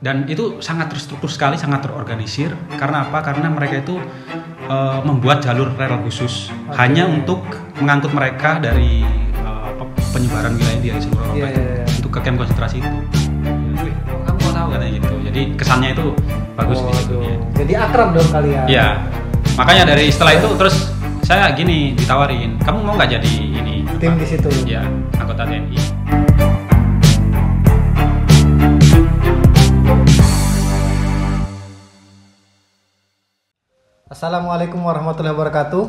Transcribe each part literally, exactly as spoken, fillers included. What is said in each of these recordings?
Dan itu sangat terstruktur sekali, sangat terorganisir. Karena apa? Karena mereka itu uh, membuat jalur rel khusus okay. hanya untuk mengangkut mereka dari uh, penyebaran wilayah di seluruh Eropa yeah, yeah, yeah. untuk ke kamp konsentrasi itu. Wih, kamu mau tahu katanya gitu. Jadi kesannya itu bagus oh, di situ. Ya. Jadi akrab dong kalian. Iya. Makanya dari setelah itu terus saya gini ditawarin, kamu mau nggak jadi ini? Tim di situ. Iya, anggota T N I. Assalamualaikum warahmatullahi wabarakatuh.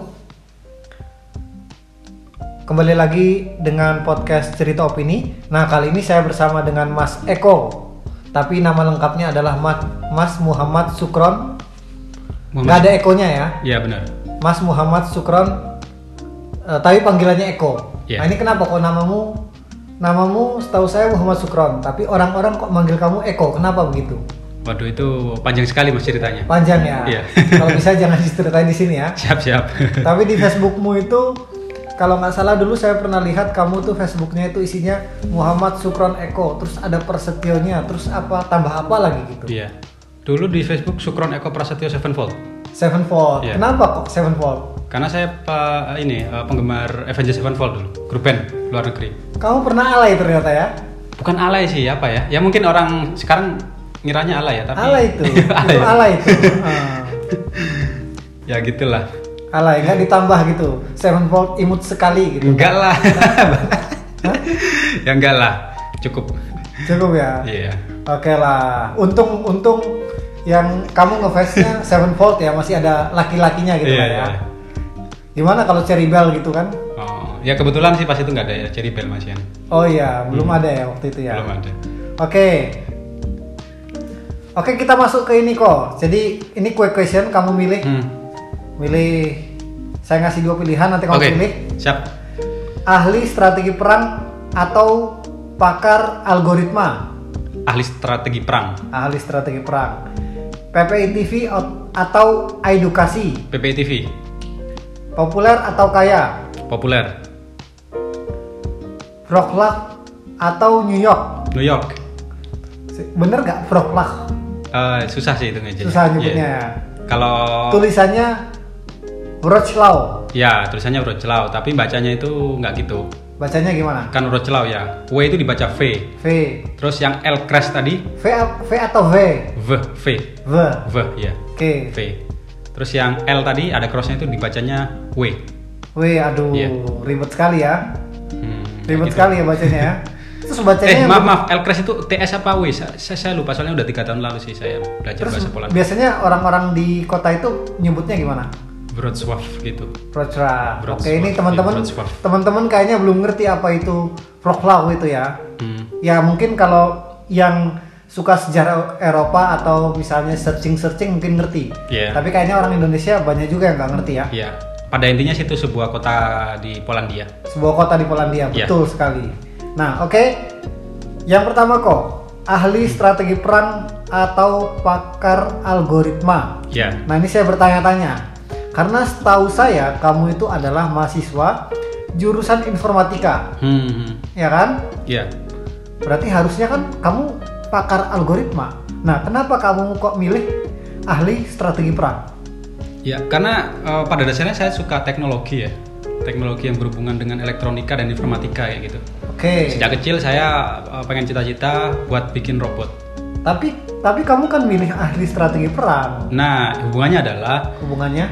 Kembali lagi dengan podcast Cerita Opini. Nah, kali ini saya bersama dengan Mas Eko. Tapi nama lengkapnya adalah Mas Muhammad Sukron. Muhammad. Gak ada ekonya ya? Iya, benar. Mas Muhammad Sukron. Uh, tapi panggilannya Eko. Yeah. Nah, ini kenapa kok namamu namamu setahu saya Muhammad Sukron, tapi orang-orang kok manggil kamu Eko? Kenapa begitu? Waduh, itu panjang sekali mas ceritanya. Panjang ya. Iya. Kalau bisa jangan diceritain di sini ya. Siap siap. Tapi di Facebookmu itu, kalau nggak salah dulu saya pernah lihat kamu tuh Facebooknya itu isinya Muhammad Sukron Eko, terus ada Prasetyonya, terus apa tambah apa lagi gitu. Iya. Dulu di Facebook Sukron Eko Prasetyo Sevenfold. Sevenfold. Iya. Kenapa kok Sevenfold? Karena saya pak ini penggemar Avenged Sevenfold dulu, grup band luar negeri. Kamu pernah alay ternyata ya? Bukan alay sih, apa ya? Ya mungkin orang sekarang ngiranya alay ya, tapi alay itu, alay. itu alay itu. uh. Ya gitulah. Alay, nggak ditambah gitu. Sevenfold imut sekali gitu. Enggak lah. Ya enggak lah, cukup. Cukup ya. Iya. Yeah. Oke lah. Untung untung yang kamu ngefansnya Sevenfold ya, masih ada laki-lakinya gitu yeah, lah ya. Yeah. Gimana kalau Cherry Bell gitu kan? Oh, ya kebetulan sih pas itu nggak ada ya Cherry Bell Mas Yan. Oh iya, belum hmm. ada ya waktu itu ya. Belum ada. Oke. Oke, kita masuk ke ini kok. Jadi ini quick question, kamu milih. Hmm. Milih. Saya ngasih dua pilihan, nanti kamu okay. pilih. Siap. Ahli strategi perang atau pakar algoritma? Ahli strategi perang. Ahli strategi perang. P P I T V atau edukasi? P P I T V. Populer atau kaya? Populer. Wroclaw atau New York? New York. Bener gak Wroclaw? Uh, susah sih itu ngejadinya. Susah nyebutnya yeah. ya. Kalau tulisannya Wroclaw. Ya, tulisannya Wroclaw, tapi bacanya itu nggak gitu. Bacanya gimana? Kan Wroclaw ya. W itu dibaca V. V. Terus yang L crash tadi? V, v atau V? V. V. V. V ya. Oke. Okay. V. Terus yang L tadi ada crossnya itu dibacanya W. W, aduh, yeah. Ribet sekali ya. Hmm, ribet gitu. Sekali ya bacanya ya. Terus bacanya eh maaf maaf L crash itu T S apa W? Saya, saya lupa soalnya udah tiga tahun lalu sih saya belajar Terus bahasa Polandia. Biasanya orang-orang di kota itu nyebutnya gimana? Wrocław gitu. Wrocław. Oke, ini teman-teman teman-teman kayaknya belum ngerti apa itu Wrocław itu ya. Hmm. Ya mungkin kalau yang suka sejarah Eropa atau misalnya searching-searching mungkin ngerti. Yeah. Tapi kayaknya orang Indonesia banyak juga yang nggak ngerti ya. Iya. Yeah. Pada intinya sih itu sebuah kota di Polandia. Sebuah kota di Polandia, yeah. Betul sekali. Nah, oke. Okay. Yang pertama kok, ahli strategi perang atau pakar algoritma? Iya. Yeah. Nah, ini saya bertanya-tanya. Karena setahu saya kamu itu adalah mahasiswa jurusan informatika. Hmm. Ya kan? Iya. Yeah. Berarti harusnya kan kamu pakar algoritma. Nah, kenapa kamu kok milih ahli strategi perang? Ya, karena uh, pada dasarnya saya suka teknologi ya. Teknologi yang berhubungan dengan elektronika dan informatika ya gitu. Oke. Okay. Sejak kecil saya uh, pengen cita-cita buat bikin robot. Tapi tapi kamu kan milih ahli strategi perang. Nah, hubungannya adalah hubungannya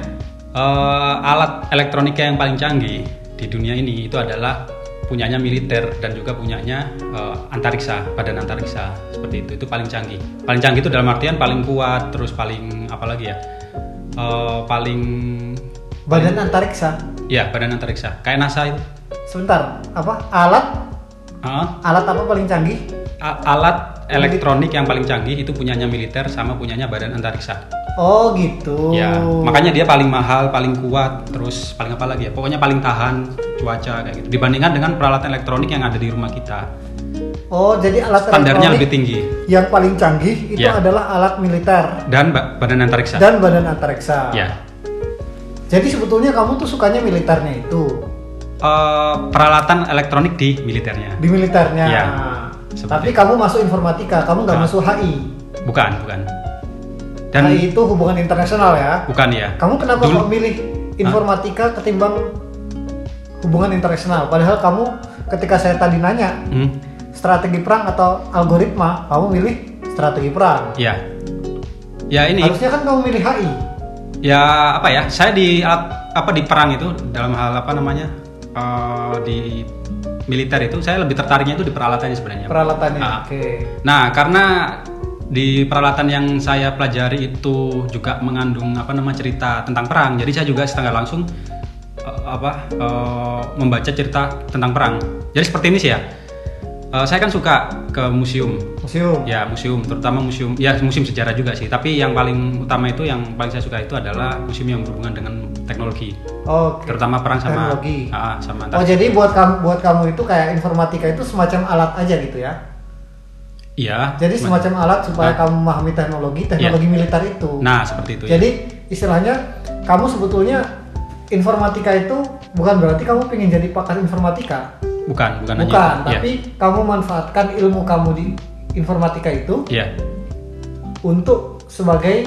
uh, alat elektronika yang paling canggih di dunia ini itu adalah punyanya militer dan juga punyanya uh, antariksa, badan antariksa seperti itu. Itu paling canggih. Paling canggih itu dalam artian paling kuat, terus paling apa lagi ya? Uh, paling badan paling, antariksa. Iya, badan antariksa. Kayak NASA itu. Sebentar, apa? Alat? Uh, alat apa paling canggih? A- alat elektronik yang paling canggih itu punyanya militer sama punyanya badan antariksa. Oh gitu. Ya, makanya dia paling mahal, paling kuat, terus paling apa lagi ya? Pokoknya paling tahan cuaca kayak gitu. Dibandingkan dengan peralatan elektronik yang ada di rumah kita. Oh, jadi alat standarnya lebih tinggi. Yang paling canggih itu ya. Adalah alat militer dan ba- badan antariksa. Dan badan antariksa. Ya. Jadi sebetulnya kamu tuh sukanya militernya itu. Uh, peralatan elektronik di militernya. Di militernya. Ya. Tapi kamu masuk informatika, kamu nggak nah. masuk H I. Bukan, bukan. Dan H I itu hubungan internasional ya? Bukan ya. Kamu kenapa Dulu, memilih informatika huh? ketimbang hubungan internasional? Padahal kamu ketika saya tadi nanya hmm? strategi perang atau algoritma, kamu milih strategi perang. Ya. Ya ini. Harusnya kan kamu milih H I. Ya apa ya? Saya di apa di perang itu dalam hal apa namanya uh, di militer itu saya lebih tertariknya itu di peralatannya sebenarnya. Peralatannya. Nah, Oke. Okay. Nah karena di peralatan yang saya pelajari itu juga mengandung apa nama cerita tentang perang, jadi saya juga setengah langsung uh, apa uh, membaca cerita tentang perang. Jadi seperti ini sih ya. Uh, saya kan suka ke museum. Museum. Ya museum, terutama museum. Ya museum sejarah juga sih. Tapi yang paling utama itu, yang paling saya suka itu adalah museum yang berhubungan dengan teknologi. Oh. Okay. Terutama perang sama. Teknologi. Uh, sama. Oh jadi buat kamu, buat kamu itu kayak informatika itu semacam alat aja gitu ya? Iya. Jadi semacam alat supaya nah. kamu memahami teknologi, teknologi ya. militer itu. Nah seperti itu. Jadi ya. istilahnya kamu sebetulnya informatika itu bukan berarti kamu pengen jadi pakar informatika. Bukan, bukan, bukan hanya. Tapi ya. kamu manfaatkan ilmu kamu di informatika itu. Ya. Untuk sebagai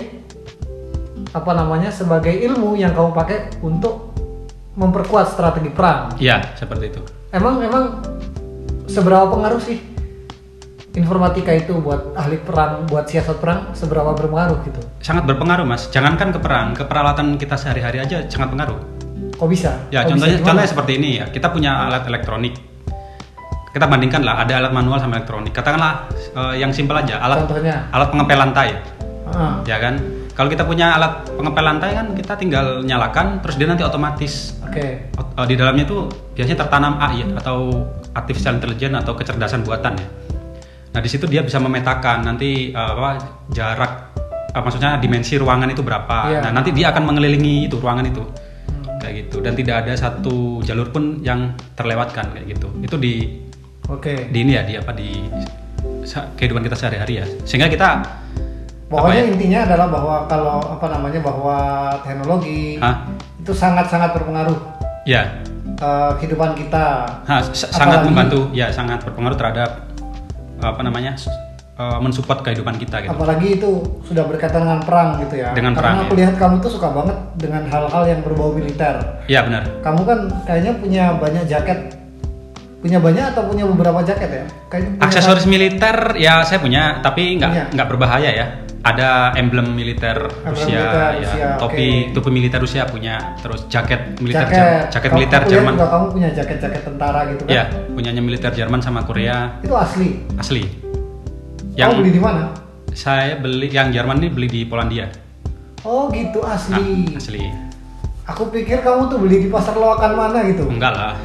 apa namanya sebagai ilmu yang kamu pakai untuk memperkuat strategi perang. Iya, seperti itu. Emang emang seberapa pengaruh sih informatika itu buat ahli perang, buat siasat perang, seberapa berpengaruh gitu? Sangat berpengaruh mas, jangankan ke perang, ke peralatan kita sehari-hari aja sangat pengaruh. Kok bisa? Ya Kok contohnya, bisa contohnya seperti ini ya, kita punya alat elektronik. Kita bandingkan lah, ada alat manual sama elektronik. Katakanlah uh, yang simpel aja, alat contohnya? alat pengepel lantai, uh. ya kan? Kalau kita punya alat pengepel lantai kan kita tinggal nyalakan, terus dia nanti otomatis. Oke. Okay. Uh, di dalamnya tuh biasanya tertanam A I atau artificial intelligence atau kecerdasan buatan ya. Nah di situ dia bisa memetakan nanti uh, apa jarak, uh, maksudnya dimensi ruangan itu berapa. Yeah. Nah nanti dia akan mengelilingi itu ruangan itu, hmm. kayak gitu. Dan tidak ada satu jalur pun yang terlewatkan kayak gitu. Itu di, okay. di ini ya, di apa di kehidupan kita sehari-hari ya. Sehingga kita pokoknya ya? intinya adalah bahwa kalau apa namanya bahwa teknologi Hah? itu sangat-sangat berpengaruh. Ya. Uh, kehidupan kita. Ha, sangat apalagi, membantu, ya sangat berpengaruh terhadap apa namanya uh, mensupport kehidupan kita gitu. Apalagi itu sudah berkaitan dengan perang gitu ya. Dengan Karena perang, aku ya. lihat kamu tuh suka banget dengan hal-hal yang berbau militer. Iya benar. Kamu kan kayaknya punya banyak jaket. Punya banyak atau punya beberapa jaket ya? Kayaknya aksesoris hal... militer ya saya punya, tapi nggak nggak berbahaya ya. Ada emblem militer emblem Rusia, militer, ya, Rusia, topi okay. topi militer Rusia punya, terus jaket militer jaket, jaket kamu, militer Jerman. Juga kamu punya jaket-jaket tentara gitu kan? Iya, punyanya militer Jerman sama Korea. Itu asli. Asli. Yang kamu beli di mana? Saya beli yang Jerman ini beli di Polandia. Oh gitu, asli. Nah, asli. Aku pikir kamu tuh beli di pasar loakan mana gitu. Enggak lah.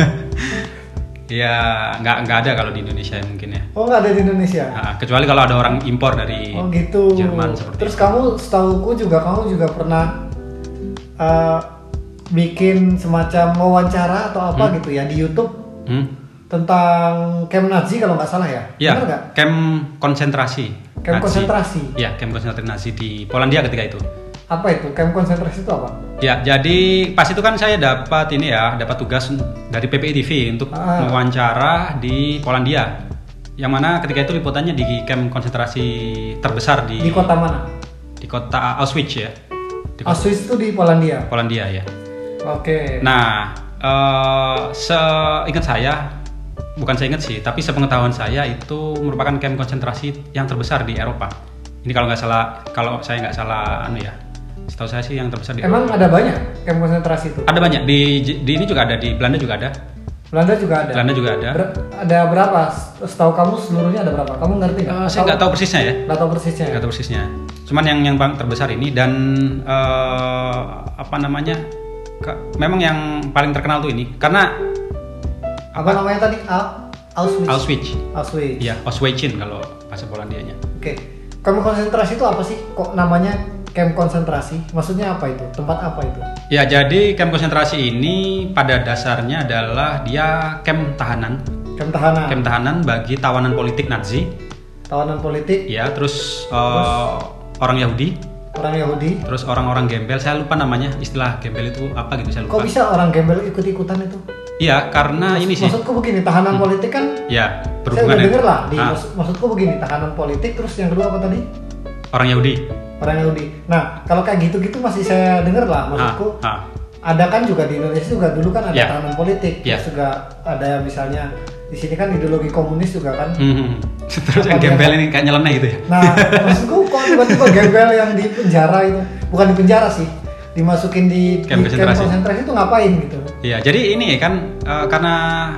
Ya nggak nggak ada kalau di Indonesia mungkin ya. Oh nggak ada di Indonesia. Nah, kecuali kalau ada orang impor dari oh, gitu. Jerman seperti. Terus itu. Kamu setahuku juga kamu juga pernah uh, bikin semacam wawancara atau apa hmm. gitu ya di YouTube hmm. tentang camp Nazi kalau nggak salah ya. Iya. Camp konsentrasi. Camp Nazi. konsentrasi. Iya camp konsentrasi Nazi di Polandia ketika itu. Apa itu camp konsentrasi itu apa? Ya, jadi pas itu kan saya dapat ini ya, dapat tugas dari P P I T V untuk ah. mewawancara di Polandia. Yang mana ketika itu liputannya di camp konsentrasi terbesar di Di kota mana? Di kota Auschwitz ya. Di kota, Auschwitz itu di Polandia. Polandia ya. Oke. Okay. Nah, uh, seingat saya, bukan saya ingat sih, tapi sepengetahuan saya itu merupakan camp konsentrasi yang terbesar di Eropa. Ini kalau nggak salah, kalau saya nggak salah anu ya. Setahu saya sih yang terbesar di Emang Eropa. Ada banyak camp konsentrasi itu? Ada banyak, di, di ini juga ada, di Belanda juga ada. Belanda juga ada? Belanda juga ada. Ber, ada berapa? Setahu kamu seluruhnya ada berapa? Kamu ngerti nggak? Uh, saya nggak tahu persisnya ya. Nggak tahu persisnya. Nggak tahu persisnya. Cuman yang yang paling terbesar ini dan uh, apa namanya? Ke, memang yang paling terkenal tuh ini karena apa, apa namanya tadi? Auschwitz. Auschwitz. Auschwitz. Iya, Auschwitzin kalau bahasa Polandianya. Oke. Okay. Camp konsentrasi itu apa sih? Kok namanya camp konsentrasi? Maksudnya apa itu? Tempat apa itu? Ya, jadi camp konsentrasi ini pada dasarnya adalah dia camp tahanan. Camp tahanan. Camp tahanan bagi tawanan politik Nazi. Tawanan politik? Ya, terus, terus uh, orang Yahudi. Orang Yahudi. Terus orang-orang gembel, saya lupa namanya, istilah gembel itu apa gitu, saya lupa. Kok bisa orang gembel ikut-ikutan itu? Iya, karena Maksud, ini sih. Maksudku begini, tahanan hmm. politik kan? Ya, berhubungan. Saya udah denger lah. Di, ah. maksud, maksudku begini, tahanan politik, terus yang kedua apa tadi? Orang Yahudi. Orang Yahudi. Nah, kalau kayak gitu-gitu masih saya dengar lah, maksudku. Ha, ha. Ada kan juga di Indonesia juga dulu kan ada Yeah. tanaman politik, Yeah. terus juga ada misalnya di sini kan ideologi komunis juga kan. Hmm. Terus yang gembel ini kayak nyeleneh gitu ya. Nah, maksudku kok tiba-tiba gembel yang di penjara itu, bukan di penjara sih, dimasukin di Camp di konsentrasi. konsentrasi itu ngapain gitu? Iya, jadi ini kan uh, karena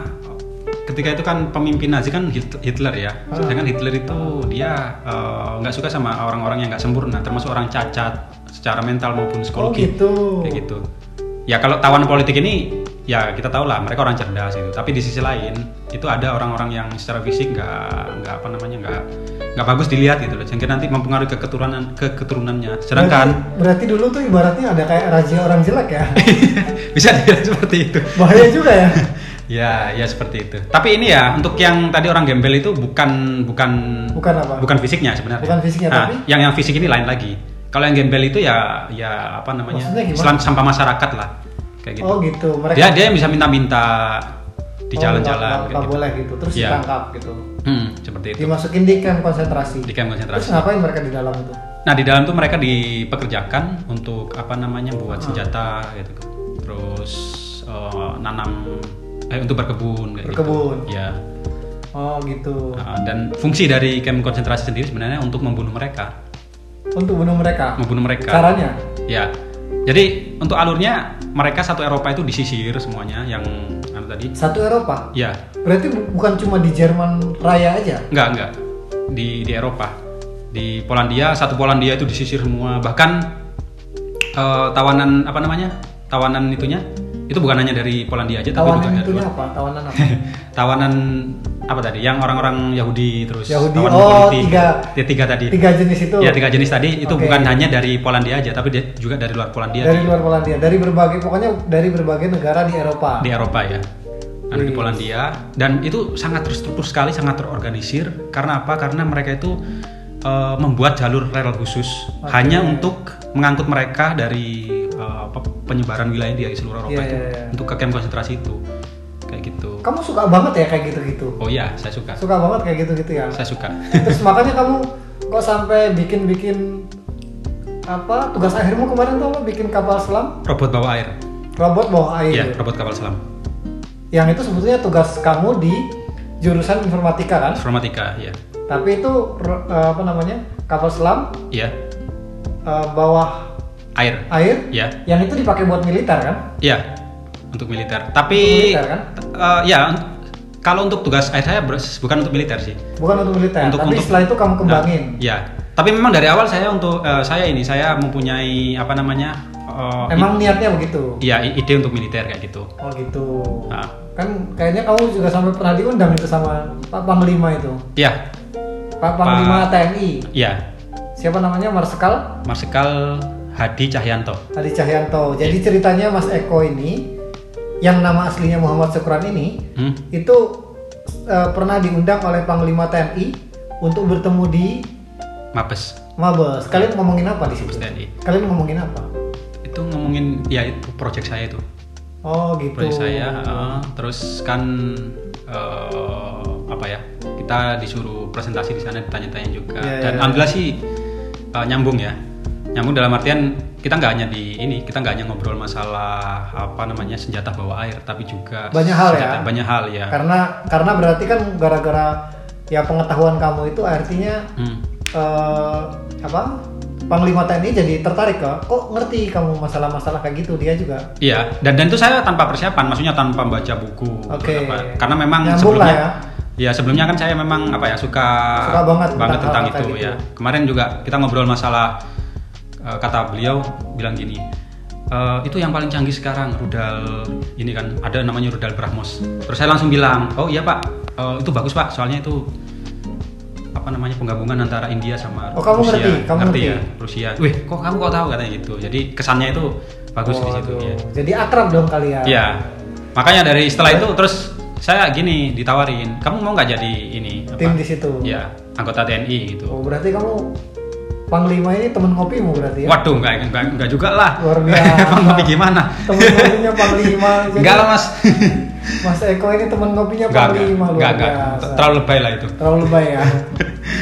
ketika itu kan pemimpin Nazi kan Hit- Hitler ya. Ah. Sedangkan Hitler itu dia uh, nggak suka sama orang-orang yang nggak sempurna, termasuk orang cacat secara mental maupun psikologi. Oh gitu. Kayak gitu. Ya kalau tawanan politik ini ya kita tahu lah mereka orang cerdas itu. Tapi di sisi lain itu ada orang-orang yang secara fisik nggak nggak apa namanya nggak nggak bagus dilihat gitu loh. Sehingga nanti mempengaruhi ke keturunan ke keturunannya. Sedangkan berarti, berarti dulu tuh ibaratnya ada kayak razia orang jelek ya. bisa dibilang seperti itu. Bahaya juga ya. Ya, ya seperti itu. Tapi ini ya untuk yang tadi orang gembel itu bukan bukan Bukan apa? bukan fisiknya sebenarnya. Bukan fisiknya, Nah, tapi yang yang fisik ini lain lagi. Kalau yang gembel itu ya ya apa namanya? Maksudnya gimana? Islam sampah masyarakat lah. Kayak gitu. Oh gitu. Mereka Dia dia yang bisa minta-minta di Oh, jalan-jalan nggak- kayak nggak gitu. boleh gitu. Terus Iya. ditangkap gitu. Hmm, seperti itu. Dimasukin di camp konsentrasi. Di camp Terus konsentrasi. ngapain mereka di dalam itu? Nah, di dalam tuh mereka dipekerjakan untuk apa namanya? Ah. buat senjata gitu. Terus eh, nanam eh untuk berkebun kayak Berkebun. gitu. Ya. Oh gitu. Nah, dan fungsi dari camp konsentrasi sendiri sebenarnya untuk membunuh mereka, Untuk bunuh mereka. membunuh mereka. Caranya? Ya. Jadi untuk alurnya mereka satu Eropa itu disisir semuanya yang anu tadi. Satu Eropa. Ya, Berarti bu- bukan cuma di Jerman Raya aja. enggak enggak di di Eropa, di Polandia satu Polandia itu disisir semua. Bahkan eh, tawanan apa namanya? Tawanan itunya itu bukan hanya dari Polandia aja, tapi juga Tawanan dari itunya luar. apa? Tawanan apa? Tawanan apa tadi? Yang orang-orang Yahudi terus Yahudi. tawanan Oh, politik. tiga- Ya, tiga tadi. Tiga jenis itu. Ya tiga jenis tadi itu Oke. bukan hanya dari Polandia aja, tapi dia juga dari luar Polandia. Dari di, luar Polandia, dari berbagai pokoknya dari berbagai negara di Eropa. di Eropa ya. Ada di Wih. Polandia dan itu sangat terstruktur sekali, sangat terorganisir. Karena apa? Karena mereka itu eh, membuat jalur rel khusus Oke. hanya untuk mengangkut mereka dari eh, apa, penyebaran wilayah di seluruh Eropa Iya, itu iya, iya. untuk ke camp konsentrasi itu. Kayak gitu. Kamu suka banget ya kayak gitu-gitu? Oh iya, saya suka. Suka banget kayak gitu-gitu ya? Saya suka. Terus makanya kamu kok sampai bikin-bikin apa tugas akhirmu kemarin tuh apa bikin kapal selam Robot bawa air. robot bawah air. Iya, robot kapal selam. Yang itu sebetulnya tugas kamu di jurusan informatika kan? Informatika, ya. Tapi itu ro- eh, apa namanya kapal selam Iya. eh, bawah Air. air Ya. yang itu dipakai buat militer kan? Iya. Untuk militer. Tapi Untuk militer, kan? eh, ya kalau untuk tugas air saya ber- bukan untuk militer sih. Bukan untuk militer. Untuk- tapi untuk- setelah itu kamu kembangin. Nah, ya. Tapi memang dari awal saya untuk eh, saya ini saya mempunyai apa namanya? eh, Emang niatnya begitu? i- Iya, i- ide untuk militer kayak gitu. Oh gitu. Nah. Kan kayaknya kamu juga sampai pernah diundang itu sama Pak Panglima itu. Iya. Pak Panglima Pak- T N I. Iya. Siapa namanya? Marsikal Marsikal Hadi Cahyanto. Hadi Cahyanto. Jadi Iya. ceritanya Mas Eko ini yang nama aslinya Muhammad Syukran ini Hmm? itu eh, pernah diundang oleh Panglima T N I untuk bertemu di Mabes. Mabes. Kalian ngomongin apa di situ? Mabes T N I. Kalian ngomongin apa? Itu ngomongin ya itu proyek saya itu. Oh gitu. Proyek saya eh, terus kan eh, apa ya? Kita disuruh presentasi di sana ditanya-tanya juga. Iya, Dan iya. alhamdulillah sih eh, nyambung ya. Nyambung dalam artian kita nggak hanya di ini, kita nggak hanya ngobrol masalah apa namanya senjata bawa air, tapi juga Banyak hal ya? senjata- banyak hal ya. Karena karena berarti kan gara-gara ya pengetahuan kamu itu artinya Hmm. eh, apa? Panglima T N I jadi tertarik kok. Kok ngerti kamu masalah-masalah kayak gitu dia juga. Iya, dan dan itu saya tanpa persiapan, maksudnya tanpa baca buku. Oke. apa. Karena memang Nyambung sebelumnya, lah ya sebelumnya kan saya memang apa ya suka, Suka banget tentang tentang hal-hal itu kayak gitu. ya. Kemarin juga kita ngobrol masalah eh, kata beliau bilang gini, "Eh, itu yang paling canggih sekarang rudal ini kan ada namanya rudal Brahmos." Terus saya langsung bilang, "Oh iya Pak, eh, itu bagus Pak, soalnya itu apa namanya penggabungan antara India sama Oh, kamu Rusia." ngerti? Kamu ngerti? ya, Rusia. Wih, kok kamu kok tahu katanya gitu. Jadi kesannya itu bagus Oh, di situ aduh. ya. Jadi akrab dong kalian. Iya, makanya dari setelah itu terus saya gini ditawarin, kamu mau nggak jadi ini? apa? Tim di situ. Ya, anggota T N I gitu. Oh, berarti kamu Panglima ini temen ngopimu berarti ya? Waduh, nggak nggak nggak juga lah. Luar biasa. Emang ngopi gimana? Temen ngopinya Panglima. Jadi Enggak lah mas. Mas Eko ini temen ngopinya Enggak enggak Panglima luar enggak enggak. biasa. Terlalu lebay lah itu. Terlalu lebay ya.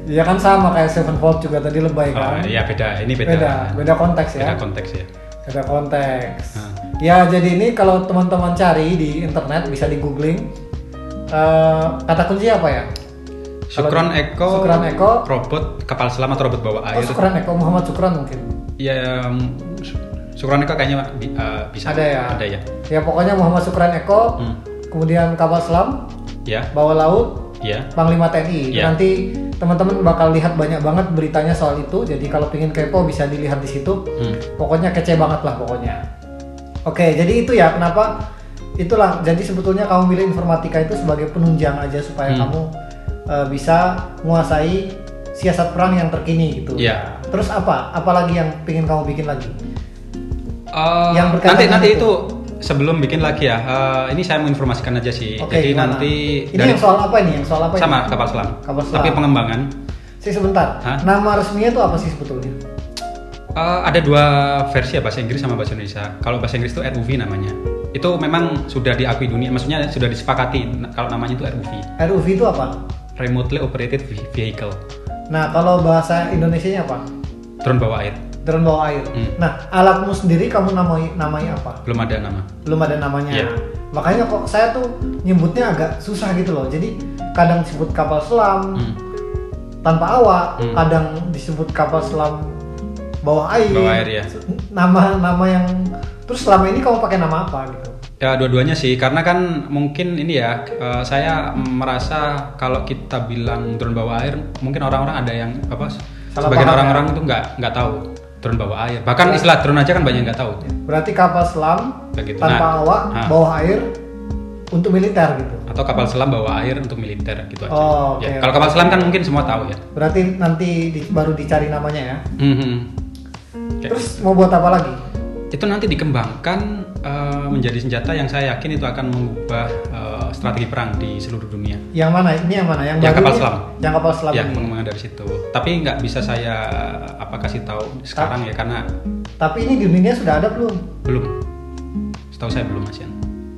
Iya kan sama kayak Sevenfold juga tadi lebay kan? Oh, iya beda, ini beda. Beda, beda konteks ya. Beda konteks ya. Beda konteks. Hmm. Ya jadi ini kalau teman-teman cari di internet bisa di googling uh, kata kunci apa ya? Sukron Eko, Sukron Eko, robot kapal selam atau robot bawah air. Oh Sukron Eko, Muhammad Sukron mungkin. Ya, Sukron Eko kayaknya uh, bisa. Ada ya. Ada ya. Ya pokoknya Muhammad Sukron Eko, hmm. kemudian kapal selam, ya. bawah laut, ya. Panglima T N I. Ya. Nanti teman-teman bakal lihat banyak banget beritanya soal itu. Jadi kalau pengen kepo bisa dilihat di situ. Hmm. Pokoknya kece banget lah pokoknya. Oke, jadi itu ya kenapa itulah. Jadi sebetulnya kamu milih informatika itu sebagai penunjang aja supaya hmm. kamu uh, bisa menguasai siasat perang yang terkini gitu. Ya. Terus apa? Apalagi yang pengen kamu bikin lagi? Uh, yang nanti nanti itu. itu sebelum bikin lagi ya. Uh, ini saya mau informasikan aja sih. Oke, jadi gimana? nanti ini dari, yang soal apa ini? Yang soal apa? Sama ini? kapal selam. Kapal selam. Tapi pengembangan. Sih sebentar. Hah? Nama resminya itu apa sih sebetulnya? Uh, ada dua versi ya, bahasa Inggris sama bahasa Indonesia. Kalau bahasa Inggris itu R U V namanya. Itu memang sudah diakui dunia, maksudnya sudah disepakati kalau namanya itu R U V. R U V itu apa? Remotely Operated Vehicle. Nah, kalau bahasa Indonesianya apa? Drone bawah air. Drone bawah air. Hmm. Nah, alatmu sendiri kamu namai namai apa? Belum ada nama. Belum ada namanya. Yeah. Makanya kok saya tuh nyebutnya agak susah gitu loh. Jadi kadang disebut kapal selam hmm. tanpa awak, hmm. kadang disebut kapal selam bawah air. Bawah air ya. Nama-nama yang terus selama ini kamu pakai nama apa gitu? Ya dua-duanya sih, karena kan mungkin ini ya, uh, saya merasa kalau kita bilang drone bawah air, mungkin orang-orang ada yang apa? Salah sebagian orang-orang ya? Itu nggak nggak tahu drone bawah air. Bahkan ya. Istilah drone aja kan banyak nggak tahu. Berarti kapal selam gitu. tanpa nah, awak nah. bawah air untuk militer gitu. Atau kapal selam bawah air untuk militer gitu aja. Oh, okay, ya. Kalau kapal selam kan mungkin semua tahu ya. Berarti nanti di, baru dicari namanya ya. Mm-hmm. Terus mau buat apa lagi? Itu nanti dikembangkan uh, menjadi senjata yang saya yakin itu akan mengubah uh, strategi perang di seluruh dunia. Yang mana? Ini yang mana? Yang, yang kapal selam. Yang kapal selam ya, ini. pengembangan dari situ. Tapi nggak bisa saya apa kasih tahu sekarang Ta- ya karena. Tapi ini di dunia sudah ada belum? Belum. Setahu saya belum, Mas Yan.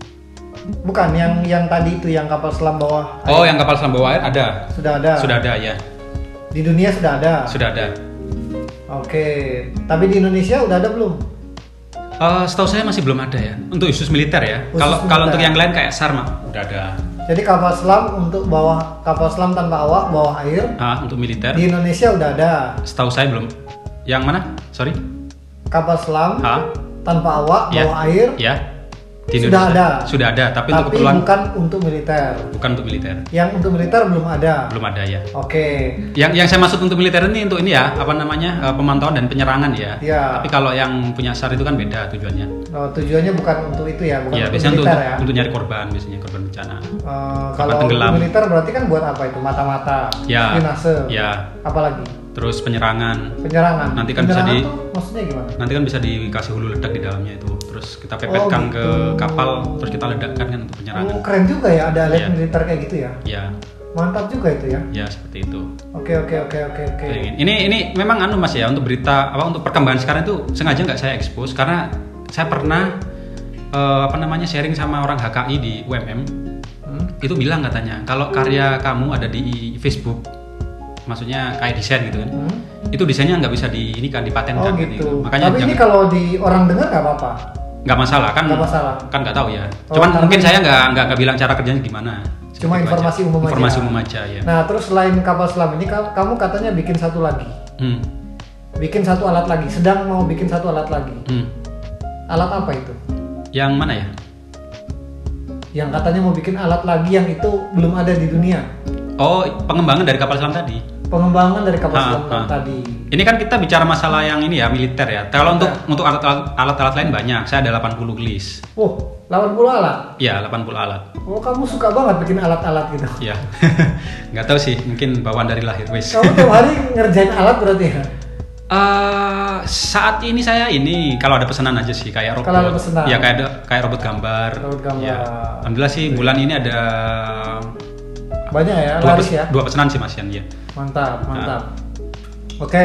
Bukan yang yang tadi itu yang kapal selam bawah. Oh, air. Yang kapal selam bawah air ada. Sudah ada. Sudah ada ya. Di dunia sudah ada. Sudah ada. Oke, tapi di Indonesia udah ada belum? Uh, setahu saya masih belum ada ya. Untuk khusus militer ya. Kalau kalau untuk yang lain kayak S A R mah udah ada. Jadi kapal selam untuk bawah kapal selam tanpa awak bawah air. Ah, untuk militer. Di Indonesia udah ada. Setahu saya belum. Yang mana? Sorry. Kapal selam ha? tanpa awak ya. bawah air. Ya. Di sudah ada. Sudah ada, tapi, tapi untuk keperluan bukan untuk militer. Bukan untuk militer. Yang untuk militer belum ada. Belum ada ya. Oke. Yang yang saya maksud untuk militer ini untuk ini ya, apa namanya? Uh, pemantauan dan penyerangan ya. Ya. Tapi kalau yang punya S A R itu kan beda tujuannya. Oh, tujuannya bukan untuk itu ya, bukan ya, untuk biasanya militer untuk, ya. Untuk nyari korban biasanya, korban bencana. Uh, kalau untuk militer berarti kan buat apa itu? Mata-mata, ya. spionase. Ya. Apalagi? Terus penyerangan. Penyerangan. Nanti kan penyerangan bisa di tuh, maksudnya gimana? Nanti kan bisa dikasih hulu ledak di dalamnya itu. Terus kita pepetkan oh, gitu. ke kapal, terus kita ledakkan kan untuk penyerangan. Oh, keren juga ya ada alat ya. militer kayak gitu ya. Iya. Mantap juga itu ya. Ya, seperti itu. Oke, oke, oke, oke, oke. Ini ini memang anu Mas ya, untuk berita apa untuk perkembangan sekarang itu sengaja nggak saya expose karena saya pernah uh, apa namanya sharing sama orang H K I di U M M. Hmm? Itu bilang katanya, kalau karya kamu ada di Facebook, maksudnya kayak desain gitu kan. Hmm? Itu desainnya nggak bisa di ini kan dipatenkan oh, gitu. gitu. Makanya tapi jangan, ini kalau di orang dengar nggak apa-apa. Nggak masalah kan? Nggak masalah. Kan nggak tahu ya. Oh, Cuman mungkin saya nggak nggak nggak bilang cara kerjanya gimana. Cuma informasi aja. umum aja. Informasi umum aja ya. Nah terus selain kapal selam ini kamu katanya bikin satu lagi. Hmm. Bikin satu alat lagi. Sedang mau bikin satu alat lagi. Hmm. Alat apa itu? Yang mana ya? Yang katanya mau bikin alat lagi yang itu belum ada di dunia. Oh, pengembangan dari kapal selam tadi. Pengembangan dari kapal ha, selam ha. tadi. Ini kan kita bicara masalah yang ini ya, militer ya. Kalau untuk untuk alat-alat alat-alat lain banyak. Saya ada delapan puluh list. Oh, delapan puluh alat? Iya, delapan puluh alat. Oh, kamu suka banget bikin alat-alat gitu. Iya. Nggak tahu sih, mungkin bawaan dari lahir wes. Kamu tiap hari ngerjain alat berarti ya? Uh, saat ini saya ini kalau ada pesanan aja sih kayak robot. Kalau ada pesanan. Ya kayak ada kayak robot gambar. Robot gambar. Ya. Alhamdulillah sih bulan ini ada banyak ya, dua, laris pes, ya. Dua pesanan sih Mas Yan ya. Mantap, mantap. Nah. Oke.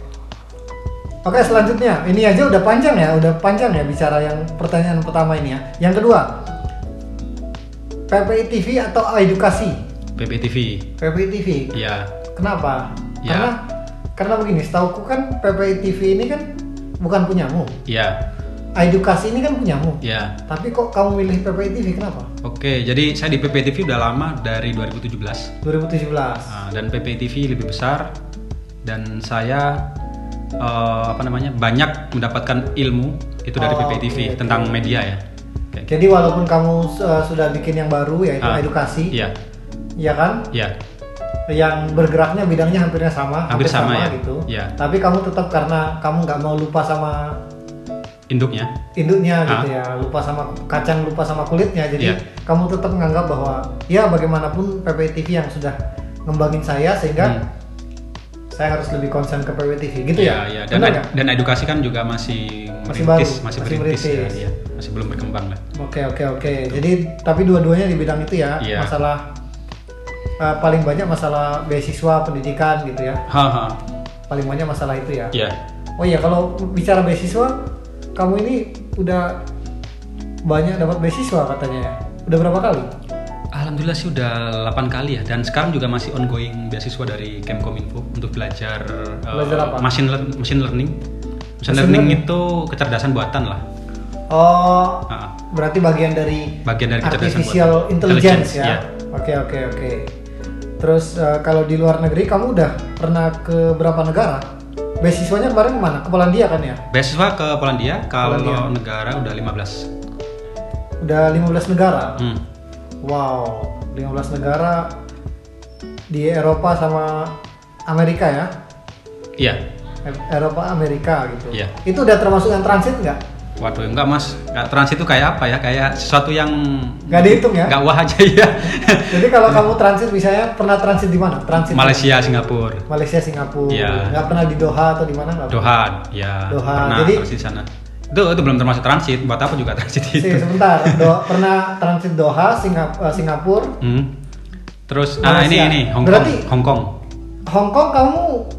Oke, selanjutnya. Ini aja udah panjang ya, udah panjang ya bicara yang pertanyaan pertama ini ya. Yang kedua. P P I T V atau edukasi? P P I T V. P P I T V. Iya. Kenapa? Ya. Karena karena begini, setauku kan P P I T V ini kan bukan punyamu. Iya. Edukasi ini kan punyamu. Iya. Tapi kok kamu milih P P I T V, kenapa? Oke, jadi saya di P P I T V udah lama dari dua ribu tujuh belas. dua ribu tujuh belas. Nah, dan P P I T V lebih besar dan saya uh, apa namanya banyak mendapatkan ilmu itu dari Oh, P P I T V okay, tentang okay. media ya. Kayak Jadi walaupun kamu uh, sudah bikin yang baru yaitu Ah, edukasi, Iya. ya kan? Iya. Yang bergeraknya bidangnya hampirnya sama, Hampir sama, ya. gitu. Iya. Tapi kamu tetap karena kamu nggak mau lupa sama Induknya. induknya gitu Ah. ya, lupa sama kacang, lupa sama kulitnya. Jadi Iya. kamu tetap menganggap bahwa ya bagaimanapun P P I T V yang sudah ngembangin saya sehingga Hmm. saya harus lebih konsen ke P P I T V gitu Iya, ya. iya. Dan Benar ed- nggak? dan edukasi kan juga masih Masih merintis, baru, masih masih merintis, ya, merintis. iya. Masih belum berkembang lah. Oke oke oke. Jadi tapi dua-duanya di bidang itu ya. Iya. Masalah uh, paling banyak masalah beasiswa pendidikan gitu ya. Haha. Paling banyak masalah itu ya. Iya. Oh iya, kalau bicara beasiswa, kamu ini udah banyak dapat beasiswa katanya ya. Udah berapa kali? Alhamdulillah sih udah delapan kali ya, dan sekarang juga masih ongoing beasiswa dari Kemkominfo untuk belajar, uh, Belajar apa? machine lear- machine learning. Machine Machine learning learning? itu kecerdasan buatan lah. Oh, Ah. berarti bagian dari Bagian dari kecerdasan artificial buatan. intelligence ya. Iya. Oke oke oke. Terus uh, kalau di luar negeri kamu udah pernah ke berapa negara? Beasiswanya kemarin kemana? Ke Polandia kan ya? Beasiswa ke Polandia, kalau Polandia. negara udah lima belas. Udah lima belas negara. Hmm. Wow, lima belas negara di Eropa sama Amerika ya? Iya. E- Eropa Amerika gitu. Iya. Itu udah termasuk yang transit nggak? Waduh, enggak mas. Nggak, transit itu kayak apa ya? Kayak sesuatu yang Nggak dihitung ya? nggak wah aja ya. Jadi kalau kamu transit misalnya pernah transit di mana? Transit Malaysia, Singapura, Malaysia, Singapura. Iya. Nggak pernah di Doha atau di mana? nggak pernah? Doha, ya. Doha. Pernah Jadi- transit di sana. Itu itu belum termasuk transit. Buat apa juga transit Sih, itu? sebentar. Do- pernah transit Doha, Singap- eh, Singapura, Hmm. Terus, ah ini Malaysia. ini Hong Kong. Berarti- Hong Kong. Hong Kong kamu,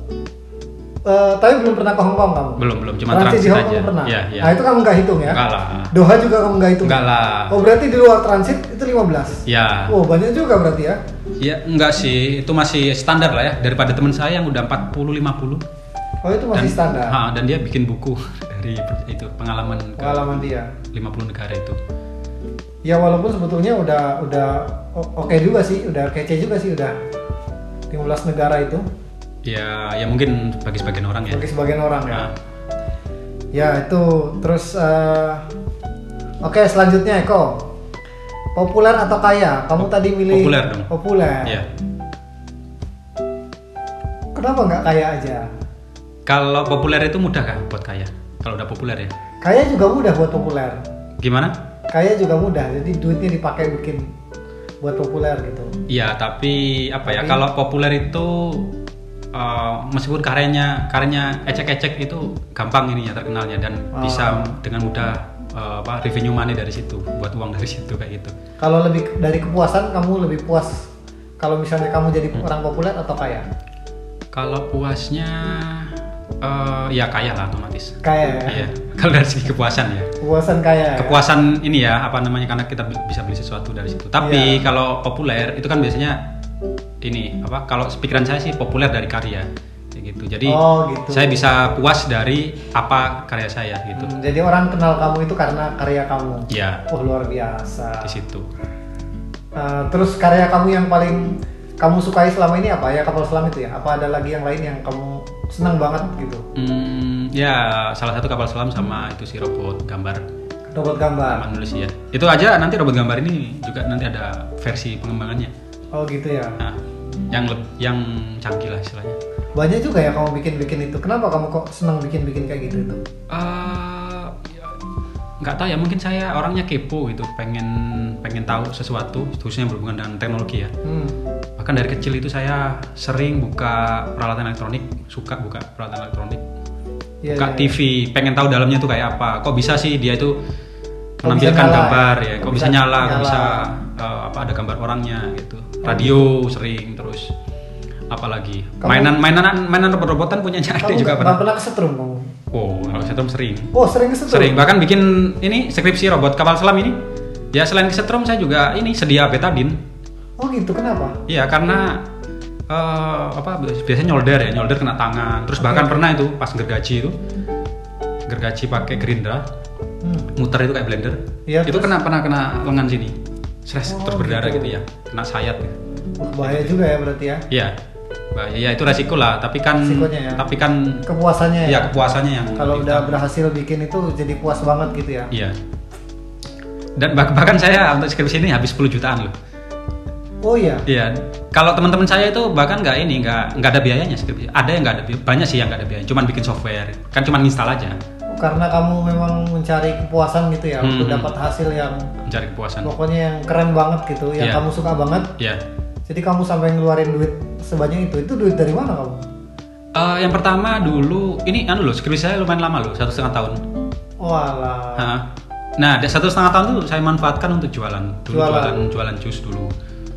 eh, tapi belum pernah ke Hong Kong kamu? Belum belum, cuma transit, transit, di Hong aja. Kong pernah? Iya iya. Nah itu kamu nggak hitung ya? Enggak lah. Doha juga kamu nggak hitung? Enggak lah. Oh berarti di luar transit itu lima belas? Ya. Oh banyak juga berarti ya? Ya enggak sih, itu masih standar lah ya daripada teman saya yang udah empat puluh lima puluh. Oh itu masih standar? Ha, dan dia bikin buku dari itu pengalaman ke Pengalaman dia? lima puluh negara itu. Ya walaupun sebetulnya udah udah o- oke juga sih, udah kece juga sih, udah lima belas negara itu Ya, ya mungkin bagi sebagian orang ya. bagi sebagian orang ya. Nah, Ya itu terus eh, oke selanjutnya Eko, populer atau kaya? Kamu tadi milih populer dong. Populer. ya. Kenapa nggak kaya aja? Kalau populer itu mudah kan buat kaya? Kalau udah populer ya. Kaya juga mudah buat populer. Gimana? Kaya juga mudah, jadi duitnya dipakai bikin buat populer gitu. Iya, tapi apa ya? Tapi- Kalau populer itu uh, meskipun karyanya karyanya ecek-ecek itu gampang ininya terkenalnya dan Oh. bisa dengan mudah uh, apa revenue money dari situ, buat uang dari situ kayak gitu. Kalau lebih dari kepuasan, kamu lebih puas kalau misalnya kamu jadi Hmm. orang populer atau kaya? Kalau puasnya uh, ya kaya lah otomatis. Kaya ya. Iya. Kalau dari segi kepuasan ya. Kepuasan kaya. ya? Kepuasan ini ya apa namanya karena kita bi- bisa beli sesuatu dari situ. Tapi Iya. kalau populer itu kan biasanya ini apa? Kalau pikiran saya sih populer dari karya kayak gitu. Jadi Oh, gitu. saya bisa puas dari apa karya saya gitu. Hmm, jadi orang kenal kamu itu karena karya kamu. Ya Oh luar biasa. di situ. Uh, terus karya kamu yang paling kamu sukai selama ini apa? Ya kapal selam itu ya? Apa ada lagi yang lain yang kamu senang banget gitu? Hmm, ya salah satu kapal selam sama itu si robot gambar Robot gambar. sama nulis ya. Itu aja nanti robot gambar ini juga nanti ada versi pengembangannya. Oh gitu ya. Nah, yang leb- yang canggih lah istilahnya. Banyak juga ya kamu bikin-bikin itu. Kenapa kamu kok senang bikin-bikin kayak gitu itu? Eh, ya, nggak tahu ya, mungkin saya orangnya kepo gitu, pengen pengen tahu sesuatu khususnya yang berhubungan dengan teknologi ya. Hmm. Bahkan dari kecil itu saya sering buka peralatan elektronik, suka buka peralatan elektronik, Iya, buka iya, T V, pengen tahu dalamnya itu kayak apa. Kok bisa sih dia itu Kok bisa menampilkan nyala, gambar ya? ya? Kok Kok bisa bisa nyala, kok nyala. bisa eh, apa ada gambar orangnya gitu. Radio sering terus. Apalagi Kamu- mainan mainan mainan robot-robotan punyanya Kamu ada juga nggak pernah. pernah kesetrum kamu? Oh, kalau setrum sering. Oh sering kesetrum? Sering, bahkan bikin ini skripsi robot kapal selam ini. Ya selain kesetrum saya juga ini sedia betadin. Oh gitu, kenapa? Iya, karena uh, apa biasanya nyolder ya, nyolder kena tangan. Terus okay. bahkan pernah itu pas gergaji itu, gergaji pakai Gerindra, hmm. muter itu kayak blender. Ya, itu terus? kena pernah kena lengan sini, stres oh, terus berdarah gitu. gitu ya, kena sayat. Gitu. Oh, bahaya gitu. juga ya berarti ya? Iya, bahaya. Ya itu resiko lah. Tapi kan, ya? tapi kan kepuasannya ya. Iya kepuasannya yang. Kalau udah berhasil bikin itu jadi puas banget gitu ya? Iya. Dan bahkan saya untuk skripsi ini habis sepuluh jutaan loh. Oh iya. Iya. Kalau teman-teman saya itu bahkan nggak ini nggak nggak ada biayanya skripsi. Ada yang nggak ada banyak sih yang nggak ada biaya. Cuman bikin software. Kan cuman install aja. Oh, karena kamu memang mencari kepuasan gitu ya hmm. untuk dapat hasil yang. Mencari kepuasan. Pokoknya yang keren banget gitu, yang yeah. kamu suka banget. Iya. Yeah. Jadi kamu sampai ngeluarin duit sebanyak itu. Itu duit dari mana kamu? Uh, yang pertama dulu ini anu loh skripsi saya lumayan lama loh satu setengah tahun. Walah. Oh, nah, satu setengah tahun tuh saya manfaatkan untuk jualan, dulu jualan, jualan, jualan jus dulu.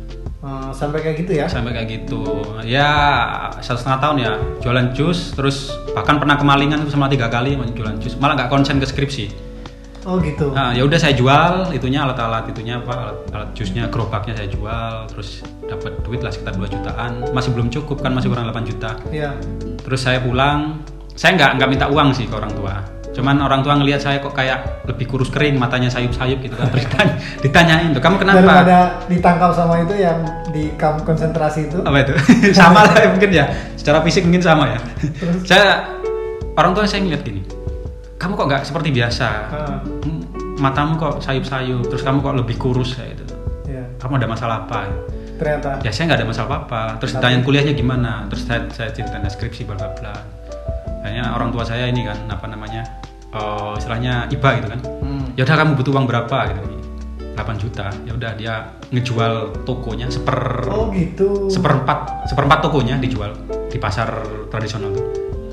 Hmm, sampai kayak gitu ya? Sampai kayak gitu, ya satu setengah tahun ya jualan jus, terus bahkan pernah kemalingan itu sama tiga kali jualan jus, malah nggak konsen ke skripsi. Oh gitu. Nah, ya udah saya jual itunya alat-alat itunya apa alat, alat jusnya, gerobaknya saya jual, terus dapat duit lah sekitar dua jutaan, masih belum cukup kan masih kurang delapan juta. Iya. Terus saya pulang, saya nggak nggak minta uang sih ke orang tua. Cuman orang tua ngelihat saya kok kayak lebih kurus kering, matanya sayup-sayup gitu kan. Terus ditanya, ditanyain tuh, kamu kenapa? Daripada ditangkap sama itu yang di kamp konsentrasi itu. Apa itu? Sama lah mungkin ya. Secara fisik mungkin sama ya. Terus? Saya orang tua saya ngeliat gini. Kamu kok nggak seperti biasa? Hmm. Matamu kok sayup-sayup. Terus kamu kok lebih kurus kayak gitu. Yeah. Kamu ada masalah apa? Ternyata. Ya saya nggak ada masalah apa-apa. Terus ditanyain kuliahnya gimana? Terus saya saya ceritain skripsi bla bla bla. Kayaknya orang tua saya ini kan apa namanya uh, istilahnya iba gitu kan. Hmm. Ya udah kamu butuh uang berapa gitu. delapan juta. Ya udah dia ngejual tokonya seper Oh gitu. Seperempat seperempat tokonya dijual di pasar tradisional tuh.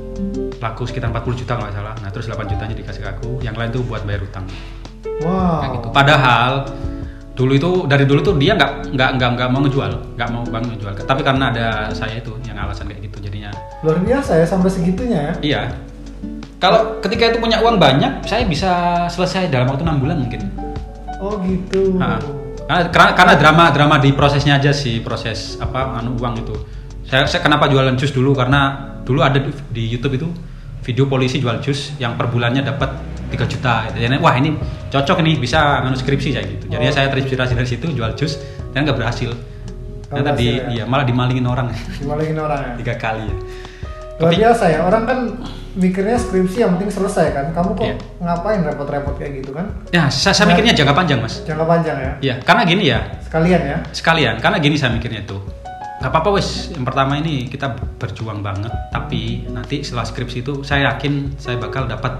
Laku sekitar empat puluh juta nggak salah. Nah, terus delapan jutanya dikasih ke aku, yang lain tuh buat bayar utang. Wow. Kayak gitu. Padahal dulu itu dari dulu tuh dia nggak nggak nggak nggak mau ngejual, nggak mau bang ngejual. Tapi karena ada saya itu yang alasan kayak gitu jadinya. Luar biasa ya sampai segitunya ya. Iya. Kalau ketika itu punya uang banyak, saya bisa selesai dalam waktu enam bulan mungkin. Oh gitu. Nah, karena karena drama drama di prosesnya aja sih, proses apa anu uang itu. Saya saya kenapa jualan jus dulu karena dulu ada di, di YouTube itu video polisi jual jus yang per bulannya dapat tiga juta. Jadi wah ini cocok nih bisa manuskripsi kayak gitu. Jadi oh. saya terinspirasi dari situ jual jus dan nggak berhasil. Ternyata di ya? Ya, malah dimalingin orang. Dimalingin orang ya. Tiga kali ya. Luar biasa ya, orang kan mikirnya skripsi yang penting selesai kan. Kamu kok yeah. ngapain repot-repot kayak gitu kan? Ya, saya, saya mikirnya jangka panjang mas. Jangka panjang ya? Iya, karena gini ya. Sekalian ya? Sekalian, karena gini saya mikirnya tuh. Gak apa-apa wes, yang pertama ini kita berjuang banget. Tapi nanti setelah skripsi itu saya yakin saya bakal dapat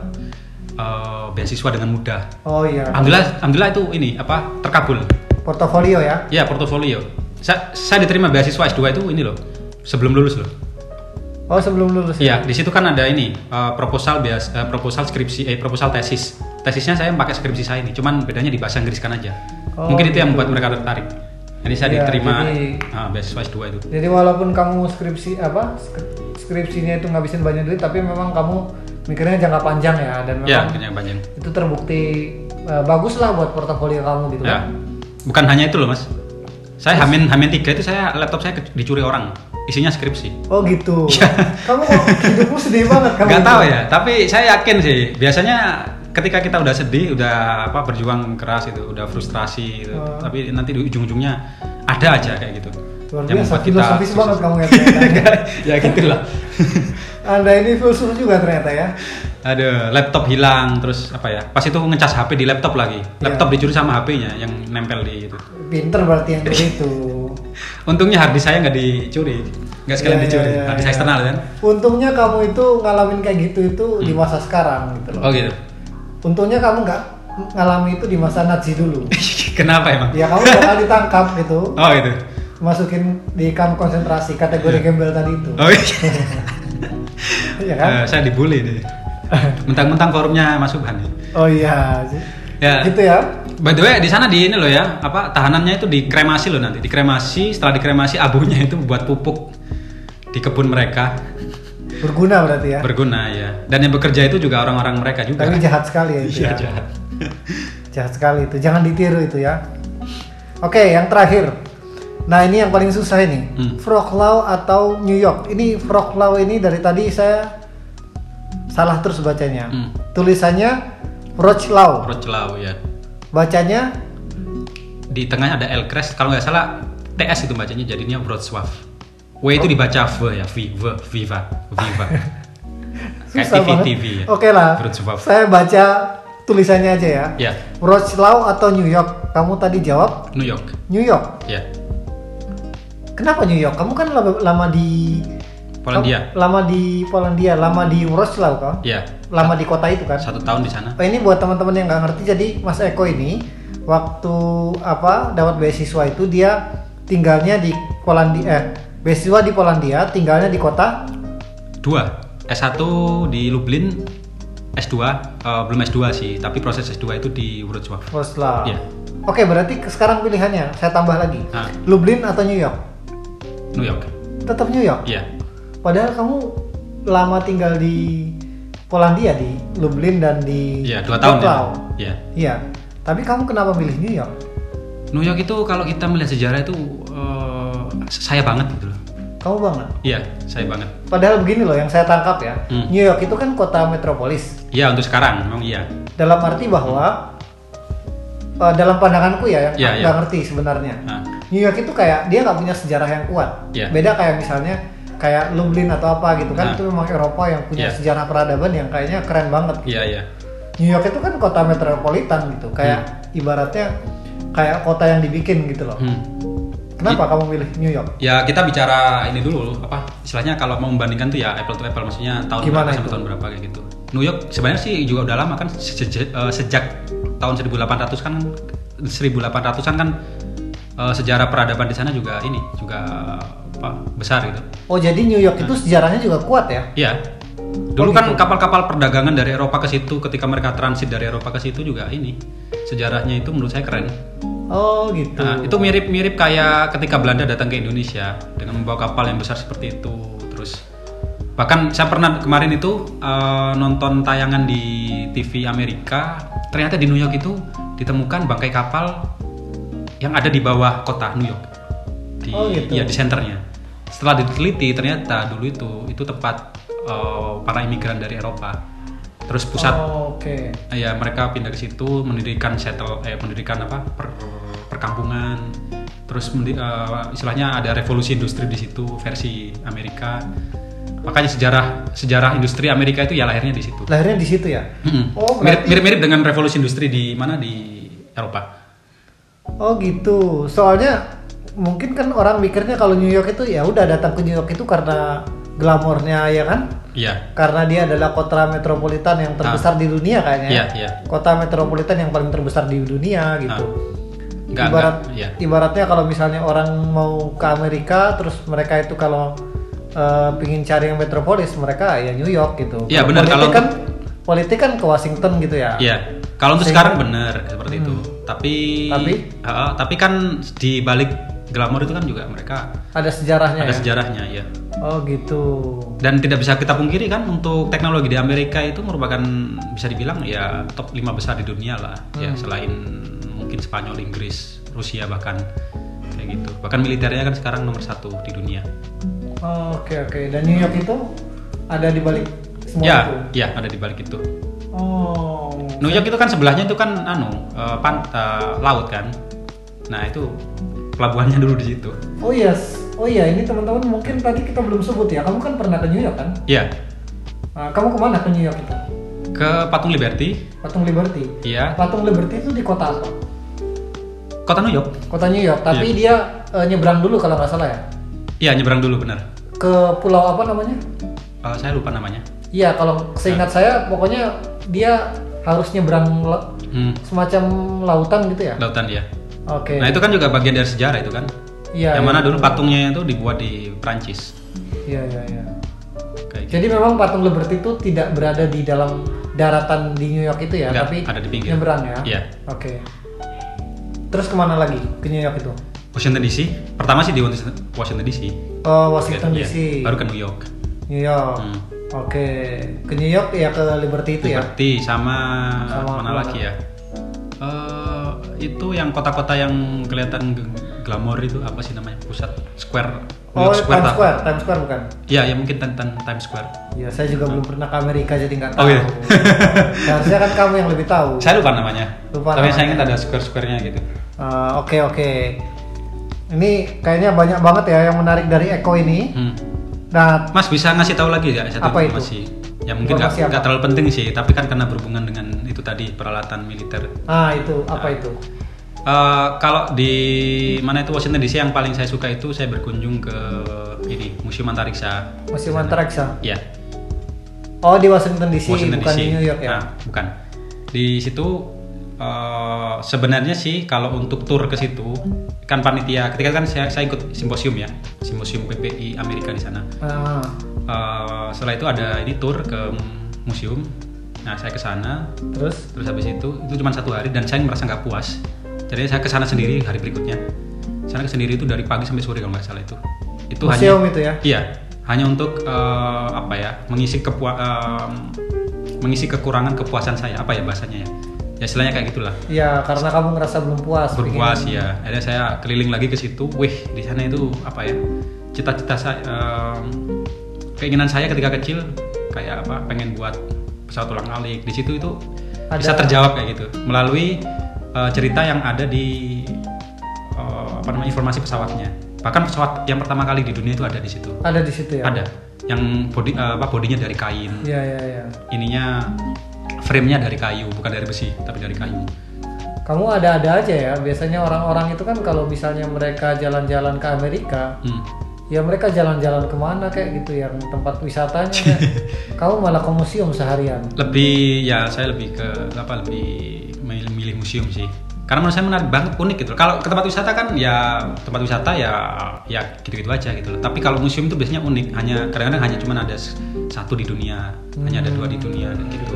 uh, beasiswa dengan mudah. Oh iya. Alhamdulillah, alhamdulillah itu ini apa terkabul. Portofolio ya? Iya portofolio. Saya, saya diterima beasiswa S dua itu ini loh, sebelum lulus loh. Oh sebelum lulus. Iya, di situ kan ada ini uh, proposal bias, uh, proposal skripsi, eh proposal tesis. Tesisnya saya pakai skripsi saya ini, cuman bedanya di bahasa Inggris kan aja. Oh, mungkin gitu. Itu yang membuat mereka tertarik. Jadi saya ya, diterima jadi, uh, beasiswa S dua itu. Jadi walaupun kamu skripsi apa skripsinya itu ngabisin banyak duit, tapi memang kamu mikirnya jangka panjang ya dan memang ya, jangka panjang. Itu terbukti uh, bagus lah buat portofolio kamu gitu ya. Kan. Bukan hanya itu loh mas. Saya Hamin Hamin tiga itu saya laptop saya dicuri orang. Isinya skripsi. Oh gitu. Kamu hidupmu sedih banget kamu. Gak tahu ya, tapi saya yakin sih. Biasanya ketika kita udah sedih, udah apa berjuang keras itu, udah frustrasi gitu. Oh. Tapi nanti di ujung-ujungnya ada aja kayak gitu. Luar biasa, filosofis banget kamu ya. Ya gitulah. Anda ini filsuf juga ternyata ya. Ada laptop hilang, terus apa ya? Pas itu ngecas H P di laptop lagi. Laptop ya. Dicuri sama H P-nya yang nempel di itu. Pinter berarti yang itu. Untungnya harddisk saya nggak dicuri, nggak sekalian ya, dicuri, ya, ya, harddisk ya. Eksternal kan. Untungnya kamu itu ngalamin kayak gitu itu hmm. di masa sekarang gitu loh. Oh gitu. Untungnya kamu nggak ngalami itu di masa Nazi dulu. Kenapa emang? Ya kamu bakal ditangkap gitu. Oh gitu. Masukin di kamp konsentrasi kategori gembel tadi itu. Oh iya. Iya kan? Uh, saya dibully nih. Mentang-mentang forumnya Mas Subhan nih. Oh iya. Ya. Gitu ya. By the way di sana di ini loh ya, apa tahanannya itu dikremasi loh nanti. Dikremasi, setelah dikremasi abunya itu buat pupuk di kebun mereka. Berguna berarti ya. Berguna ya. Dan yang bekerja itu juga orang-orang mereka juga. Tapi jahat sekali ya itu. Iya, ya. jahat. Jahat sekali itu. Jangan ditiru itu ya. Oke, yang terakhir. Nah ini yang paling susah ini, Hmm. Wrocław atau New York. Ini Wrocław ini dari tadi saya salah terus bacanya. Hmm. Tulisannya Wrocław, Wrocław ya. bacanya Di tengahnya ada L crash, kalau nggak salah T S itu bacanya jadinya Wrocław. W itu dibaca V ya, V, V, Viva, Viva. Kayak susah T V, banget. T V ya. Oke lah, Wrocław. saya baca tulisannya aja ya. Ya, Wrocław atau New York? Kamu tadi jawab New York. New York. Ya, Kenapa New York? Kamu kan lama, lama di Polandia. kamu lama di Polandia, lama di Wrocław kan? Ya, Lama di kota itu kan? satu tahun di sana. Oh, ini buat teman-teman yang nggak ngerti, jadi Mas Eko ini waktu apa dapat beasiswa itu dia tinggalnya di Polandia, eh beasiswa di Polandia, tinggalnya di kota. Dua, S satu di Lublin, S dua eh, belum S dua sih, tapi proses S dua itu di Wrocław. Wrocław. Iya. Oke, berarti ke- sekarang pilihannya saya tambah lagi. Ah. Lublin atau New York? New York. Tetap New York. Iya. Padahal kamu lama tinggal di Polandia, di Lublin dan di Iya, dua tahun ya. Wrocław. Iya. Iya. Tapi kamu kenapa milih New York? New York itu kalau kita melihat sejarah itu eh, saya banget gitu loh. Kamu banget. Iya, saya banget. Padahal begini loh yang saya tangkap ya. Hmm. New York itu kan kota metropolis. Iya, untuk sekarang memang iya. Dalam arti bahwa eh, dalam pandanganku ya yang Iya, aku iya. nggak ngerti sebenarnya. Nah, New York itu kayak dia nggak punya sejarah yang kuat. Iya. Beda kayak misalnya kayak Lublin atau apa gitu kan, Nah. itu memang Eropa yang punya Iya. sejarah peradaban yang kayaknya keren banget. iya iya. New York itu kan kota metropolitan gitu, kayak ibaratnya kayak kota yang dibikin gitu loh. Hmm. Kenapa kamu milih New York? Ya kita bicara ini dulu apa istilahnya kalau mau membandingkan tuh ya apple to apple, maksudnya tahun Gimana berapa sampai itu? tahun berapa kayak gitu. New York sebenarnya sih juga udah lama kan sejak, eh, sejak tahun seribu delapan ratus kan seribu delapan ratusan kan eh, sejarah peradaban di sana juga ini juga apa besar gitu. Oh jadi New York itu sejarahnya juga kuat ya? Iya. Dulu Oh, kan gitu. kapal-kapal perdagangan dari Eropa ke situ, ketika mereka transit dari Eropa ke situ juga ini sejarahnya itu menurut saya keren. Oh gitu. Nah, itu mirip-mirip kayak ketika Belanda datang ke Indonesia dengan membawa kapal yang besar seperti itu. Terus bahkan saya pernah kemarin itu eh, nonton tayangan di T V Amerika, ternyata di New York itu ditemukan bangkai kapal yang ada di bawah kota New York. Di Oh, gitu. ya di senternya. Setelah diteliti ternyata dulu itu itu tempat eh, para imigran dari Eropa. Terus pusat Oh, Oke. ya mereka pindah ke situ mendirikan settle eh mendirikan apa per, perkampungan, terus mendi- eh, istilahnya ada revolusi industri di situ versi Amerika, makanya sejarah sejarah industri Amerika itu ya lahirnya di situ. Lahirnya di situ ya? Mm-mm. Oh, mirip, berarti- mirip mirip dengan revolusi industri di mana di Eropa. Oh gitu. Soalnya mungkin kan orang mikirnya kalau New York itu ya udah datang ke New York itu karena glamornya ya kan? Iya. Karena dia adalah kota metropolitan yang terbesar di dunia kayaknya. Iya, iya. Kota metropolitan yang paling terbesar di dunia gitu. Ah. Enggak, Ibarat enggak, iya. ibaratnya kalau misalnya orang mau ke Amerika terus mereka itu kalau eh, pingin cari yang metropolis mereka ya New York gitu. Iya, Kalau benar. politik Kalau kan politik kan ke Washington gitu ya. Iya. Kalau untuk Sehingga- sekarang benar seperti itu. Tapi Tapi? Ah, tapi kan di balik glamor itu kan juga mereka Ada sejarahnya ada ya. sejarahnya ya. Oh gitu. Dan tidak bisa kita pungkiri kan untuk teknologi di Amerika itu merupakan bisa dibilang ya top lima besar di dunia lah. Ya Hmm. selain mungkin Spanyol, Inggris, Rusia bahkan kayak gitu. Bahkan militernya kan sekarang nomor satu di dunia. Oh, Oke oke. Dan New York itu ada di balik semua Ya, itu. ya ada di balik itu. Oh. New York itu kan sebelahnya itu kan anu eh, pan, eh, laut kan. Nah itu pelabuhannya dulu di situ. Oh iya, oh iya ini teman-teman mungkin tadi kita belum sebut ya. Kamu kan pernah ke New York kan? Iya. Nah, kamu kemana ke New York itu? Ke Patung Liberty. Patung Liberty. Iya. Patung Liberty itu di kota apa? Kota New York. Kota New York. Tapi dia eh, nyebrang dulu kalau nggak salah ya. Iya nyebrang dulu benar. Ke pulau apa namanya? Eh, saya lupa namanya. Iya, kalau seingat saya pokoknya dia harus nyebrang la- Hmm, semacam lautan gitu ya. lautan ya. Oke. Nah itu kan juga bagian dari sejarah itu kan. Iya. yang iya, mana dulu betul. patungnya itu dibuat di Prancis. Iya iya iya. Kayak gitu. Jadi memang patung Liberty itu tidak berada di dalam daratan di New York itu ya, Enggak, tapi ada di pinggir. nyebrang ya. Iya. Oke. Terus kemana lagi ke New York itu? Washington D C. Pertama sih di Washington D C. Oh Washington Iya, D C. Baru ke New York. New York. Hmm. Oke. Ke New York ya ke Liberty itu ya. Liberty sama, Sama mana kemana? lagi ya? Eh, itu yang kota-kota yang kelihatan ge- Glamour itu apa sih namanya pusat Square Oh, Times Square, Times Square bukan? Iya, ya mungkin tentang Times Square. Iya, saya juga belum pernah ke Amerika jadi nggak tahu. Oh, iya. Harusnya kan kamu yang lebih tahu. Saya lupa namanya. Lupa Tapi namanya. saya ingat ada square-square-nya gitu. Oke uh, oke. Okay, okay. Ini kayaknya banyak banget ya yang menarik dari Eko ini. Hmm. Nah, Mas bisa ngasih tahu lagi ya satu apa informasi? itu? Ya mungkin nggak Informasi apa? nggak terlalu penting sih, tapi kan karena berhubungan dengan itu tadi peralatan militer. Ah itu apa Nah. itu? Uh, kalau di mana itu Washington D C yang paling saya suka itu saya berkunjung ke ini Museum Antariksa. Museum Antariksa. Iya. Oh di Washington D C, Washington bukan D C. di New York ya? Nah, bukan. Di situ uh, sebenarnya sih kalau untuk tur ke situ kan panitia ketika kan saya, saya ikut simposium ya, simposium P P I Amerika di sana. Ah. Uh, setelah itu ada ini tur ke museum. Nah saya ke sana. Terus? Terus habis itu itu cuma satu hari dan saya merasa nggak puas. Jadi saya ke sana sendiri hari berikutnya. Sana ke sendiri itu dari pagi sampai sore kalau nggak salah itu. Itu museum hanya itu ya? Iya, hanya untuk uh, apa ya? Mengisi kepua uh, mengisi kekurangan kepuasan saya. Apa ya bahasanya ya? Ya istilahnya kayak gitulah. Iya, karena kamu ngerasa belum puas. Berpuas bikin... ya. Akhirnya saya keliling lagi ke situ. Wih, di sana itu apa ya? Cita-cita saya, uh, keinginan saya ketika kecil kayak apa? Pengen buat pesawat ulang-alik. Di situ itu ada... bisa terjawab kayak gitu melalui uh, cerita yang ada di uh, apa namanya informasi pesawatnya. Bahkan pesawat yang pertama kali di dunia itu ada di situ. Ada di situ ya. Ada. Yang body uh, apa bodinya dari kain. Iya iya iya. Ininya frame-nya dari kayu, bukan dari besi, tapi dari kayu. Kamu ada-ada aja ya. Biasanya orang-orang itu kan kalau misalnya mereka jalan-jalan ke Amerika, hmm. ya mereka jalan-jalan kemana kayak gitu yang tempat wisatanya. Kayak. Kamu malah ke museum seharian. Lebih ya saya lebih ke apa lebih milih, milih museum sih. Karena menurut saya menarik banget, unik gitu. Kalau ke tempat wisata kan ya tempat wisata ya ya gitu-gitu aja gitu loh. Tapi kalau museum itu biasanya unik, hanya kadang-kadang hanya cuma ada satu di dunia, hmm. hanya ada dua di dunia gitu.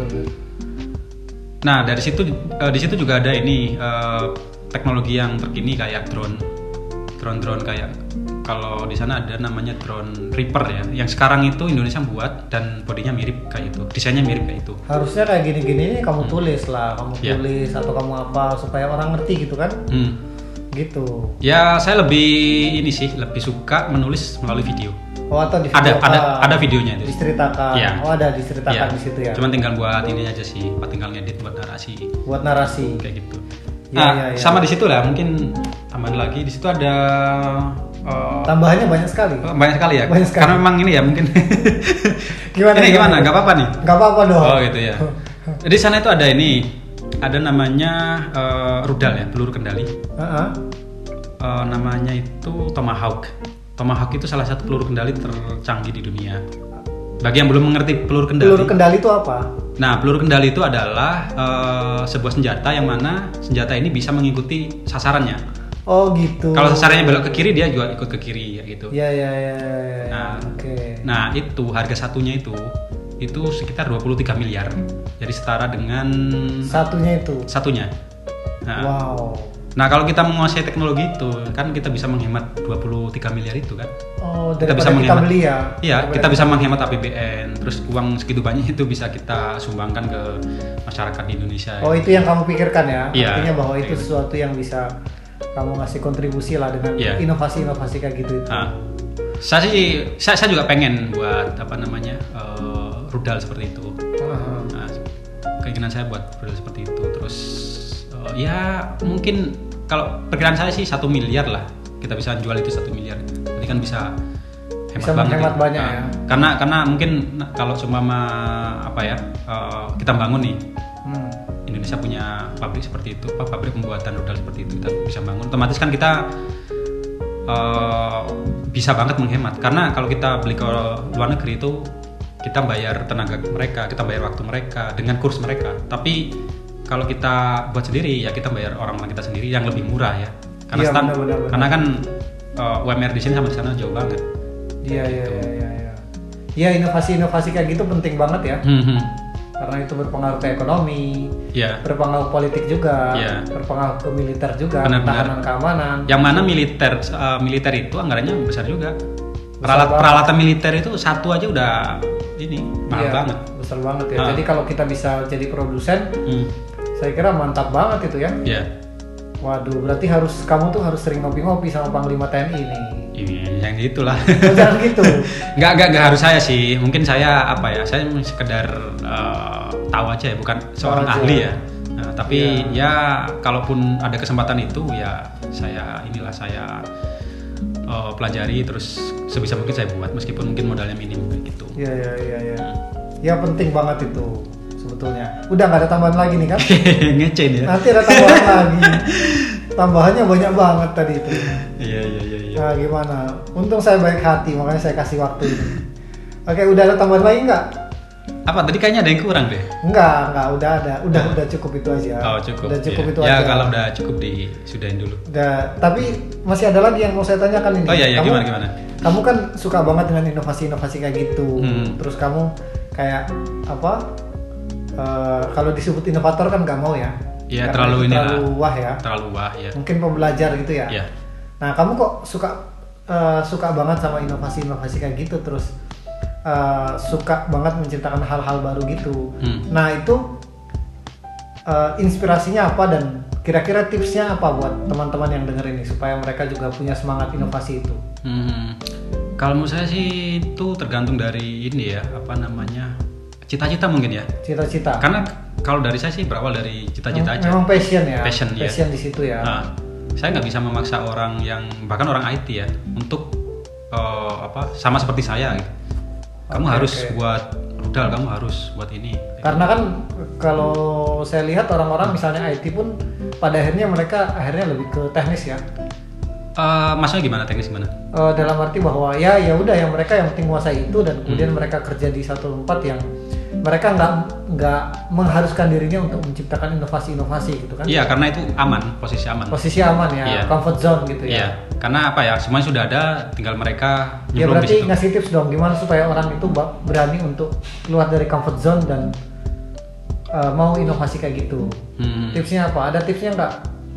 Nah dari situ uh, di situ juga ada ini uh, teknologi yang terkini kayak drone, drone-drone kayak kalau di sana ada namanya drone Reaper ya, yang sekarang itu Indonesia buat dan bodinya mirip kayak itu, desainnya mirip kayak itu. Harusnya kayak gini-gini nih kamu hmm. tulis lah, kamu yeah. tulis atau kamu apa supaya orang ngerti gitu kan? Hmm. Gitu. Ya saya lebih ini sih lebih suka menulis melalui video. Oh atau di video ada ada ada videonya itu. Diceritakan. Ya. Oh ada diceritakan ya. di situ ya. Cuman tinggal buat ini aja sih, tinggal ngedit buat narasi. Buat narasi. Kayak gitu. Ya, nah ya, ya. sama di situ lah mungkin tambahan lagi di situ ada. Uh, Tambahannya banyak sekali. Banyak sekali ya. Banyak sekali. Karena memang ini ya mungkin. Gimana? Ini gimana? Gak apa-apa nih. Gak apa-apa dong. Oh gitu ya. Jadi sana itu ada ini, ada namanya uh, rudal ya, peluru kendali. Uh-huh. Uh, namanya itu Tomahawk. Tomahawk itu salah satu peluru kendali tercanggih di dunia. Bagi yang belum mengerti peluru kendali. Peluru kendali itu apa? Nah, peluru kendali itu adalah uh, sebuah senjata yang mana senjata ini bisa mengikuti sasarannya. Oh gitu. Kalau sasarannya belok ke kiri dia juga ikut ke kiri ya gitu. Iya iya iya. Ya. Nah, oke. Okay. Nah itu harga satunya itu itu sekitar dua puluh tiga miliar. Jadi setara dengan satunya itu. Satunya. Nah, wow. Nah kalau kita menguasai teknologi itu kan kita bisa menghemat dua puluh tiga miliar itu kan. Oh, kita bisa menghemat. Kita beli ya. Iya, kita bisa menghemat A P B N. Terus uang segitu banyak itu bisa kita sumbangkan ke masyarakat di Indonesia. Oh, itu yang kamu pikirkan ya? Iya. Artinya bahwa itu sesuatu yang bisa kamu ngasih kontribusi lah dengan yeah. inovasi-inovasi kayak gitu itu. Nah, saya sih, saya, saya juga pengen buat apa namanya uh, rudal seperti itu. Uh-huh. Nah, keinginan saya buat rudal seperti itu. Terus uh, ya mungkin kalau perkiraan saya sih satu miliar lah kita bisa jual itu satu miliar. Jadi kan bisa hemat bisa banget. Hemat banyak nah, ya. Karena karena mungkin kalau cuma apa ya uh, kita bangun nih. Hmm. Indonesia punya pabrik seperti itu, apa pabrik pembuatan rudal seperti itu kita bisa bangun. Otomatis kan kita uh, bisa banget menghemat. Karena kalau kita beli ke luar negeri itu kita bayar tenaga mereka, kita bayar waktu mereka dengan kurs mereka. Tapi kalau kita buat sendiri ya kita bayar orang-orang kita sendiri yang lebih murah ya. Karena iya, stand, benar, benar, benar. karena kan uh, U M R di sini sama di sana jauh banget. Iya iya gitu. iya iya. Iya, ya, inovasi-inovasi kayak gitu penting banget ya. Hmm. Karena itu berpengaruh ke ekonomi, yeah. berpengaruh politik juga, yeah. berpengaruh ke militer juga, pertahanan keamanan. Yang mana militer uh, militer itu anggarannya besar juga. Peralat, peralatan militer itu satu aja udah ini mahal yeah, banget. Besar banget ya. Ah. Jadi kalau kita bisa jadi produsen, hmm. saya kira mantap banget itu ya. Yeah. Waduh, berarti harus kamu tuh harus sering ngopi-ngopi sama Panglima T N I nih. Iya, yang itulah. Oh, jangan gitu. Nggak, nggak, nggak harus saya sih. Mungkin saya apa ya? Saya sekedar uh, tahu aja ya, bukan seorang aja. ahli ya. Nah, tapi ya. ya kalaupun ada kesempatan itu ya saya inilah saya uh, pelajari terus sebisa mungkin saya buat meskipun mungkin modalnya minim kayak gitu. Iya, iya, iya, iya. Ya penting banget itu. Sebetulnya udah nggak ada tambahan lagi nih kan? Ngecen ya. Nanti ada tambahan lagi. Tambahannya banyak banget tadi itu. Iya iya iya. Ya. Nah gimana? Untung saya baik hati makanya saya kasih waktu ini. Oke, udah ada tambahan lagi nggak? Apa tadi kayaknya ada yang kurang deh? Enggak enggak udah ada. Udah oh. udah cukup itu aja. Oh cukup. Udah cukup iya. itu ya, aja. Ya kalau udah cukup disudahin dulu. Udah. Tapi masih ada lagi yang mau saya tanyakan ini. Oh iya iya kamu, gimana gimana? Kamu kan suka banget dengan inovasi-inovasi kayak gitu. Hmm. Terus kamu kayak apa? Uh, kalau disebut inovator kan nggak mau ya? Iya terlalu ini terlalu wah ya. Terlalu wah ya. Mungkin pembelajar gitu ya. Iya. Nah kamu kok suka uh, suka banget sama inovasi-inovasi kayak gitu terus uh, suka banget menciptakan hal-hal baru gitu. Hmm. Nah itu uh, inspirasinya apa dan kira-kira tipsnya apa buat teman-teman yang denger ini supaya mereka juga punya semangat inovasi itu? Hmm. Kalau menurut saya sih itu tergantung dari ini ya apa namanya. Cita-cita mungkin ya. Cita-cita. Karena kalau dari saya sih berawal dari cita-cita aja. Memang passion ya. Passion, passion ya. Di situ ya. Nah, saya nggak bisa memaksa orang yang bahkan orang I T ya untuk uh, apa sama seperti saya. Gitu. Kamu okay, harus okay. buat rudal, kamu harus buat ini. Karena kan kalau saya lihat orang-orang misalnya I T pun pada akhirnya mereka akhirnya lebih ke teknis ya. Uh, maksudnya gimana teknis gimana? Uh, dalam arti bahwa ya ya udah yang mereka yang penting menguasai itu dan kemudian hmm. mereka kerja di satu tempat yang mereka nggak nggak mengharuskan dirinya untuk menciptakan inovasi-inovasi gitu kan? Iya karena itu aman, posisi aman. Posisi aman ya, iya. Comfort zone gitu ya. Iya, karena apa ya? Semuanya sudah ada, tinggal mereka. Ya berarti ngasih tips dong, gimana supaya orang itu berani untuk keluar dari comfort zone dan uh, mau inovasi kayak gitu. Hmm. Tipsnya apa? Ada tipsnya nggak?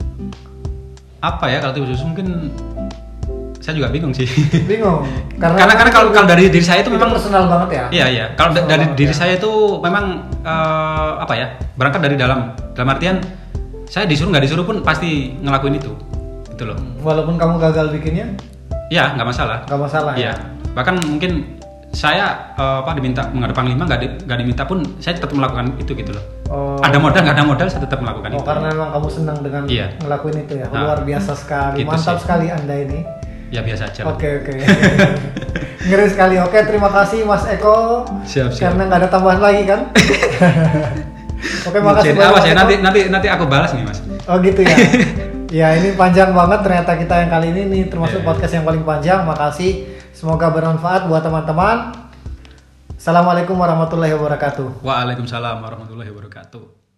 Apa ya kalau tips khusus mungkin? Saya juga bingung sih. Bingung. Karena karena, karena kalau kalau dari diri saya itu memang personal banget ya. Iya iya. Kalau da- dari diri ya. saya itu memang uh, apa ya? Berangkat dari dalam. Dalam artian saya disuruh nggak disuruh pun pasti ngelakuin itu. Itu loh. Walaupun kamu gagal bikinnya? Iya, nggak masalah. Nggak masalah. Iya. Ya? Bahkan mungkin saya uh, apa diminta menghadap panglima nggak di, nggak diminta pun saya tetap melakukan itu gitu loh. Oh. Ada modal nggak ada modal saya tetap melakukan oh, itu. Oh karena memang kamu senang dengan iya. ngelakuin itu ya. Nah, luar biasa sekali. Gitu mantap sih. Sekali Anda ini. Ya biasa aja. Oke oke. Ngeri sekali. Oke terima kasih Mas Eko. Siap siap. Karena nggak ada tambahan lagi kan. Oke makasih banyak. Awas ya nanti nanti nanti aku balas nih Mas. Oh gitu ya. Ya ini panjang banget ternyata kita yang kali ini nih termasuk yeah. podcast yang paling panjang. Makasih. Semoga bermanfaat buat teman-teman. Assalamualaikum warahmatullahi wabarakatuh. Waalaikumsalam warahmatullahi wabarakatuh.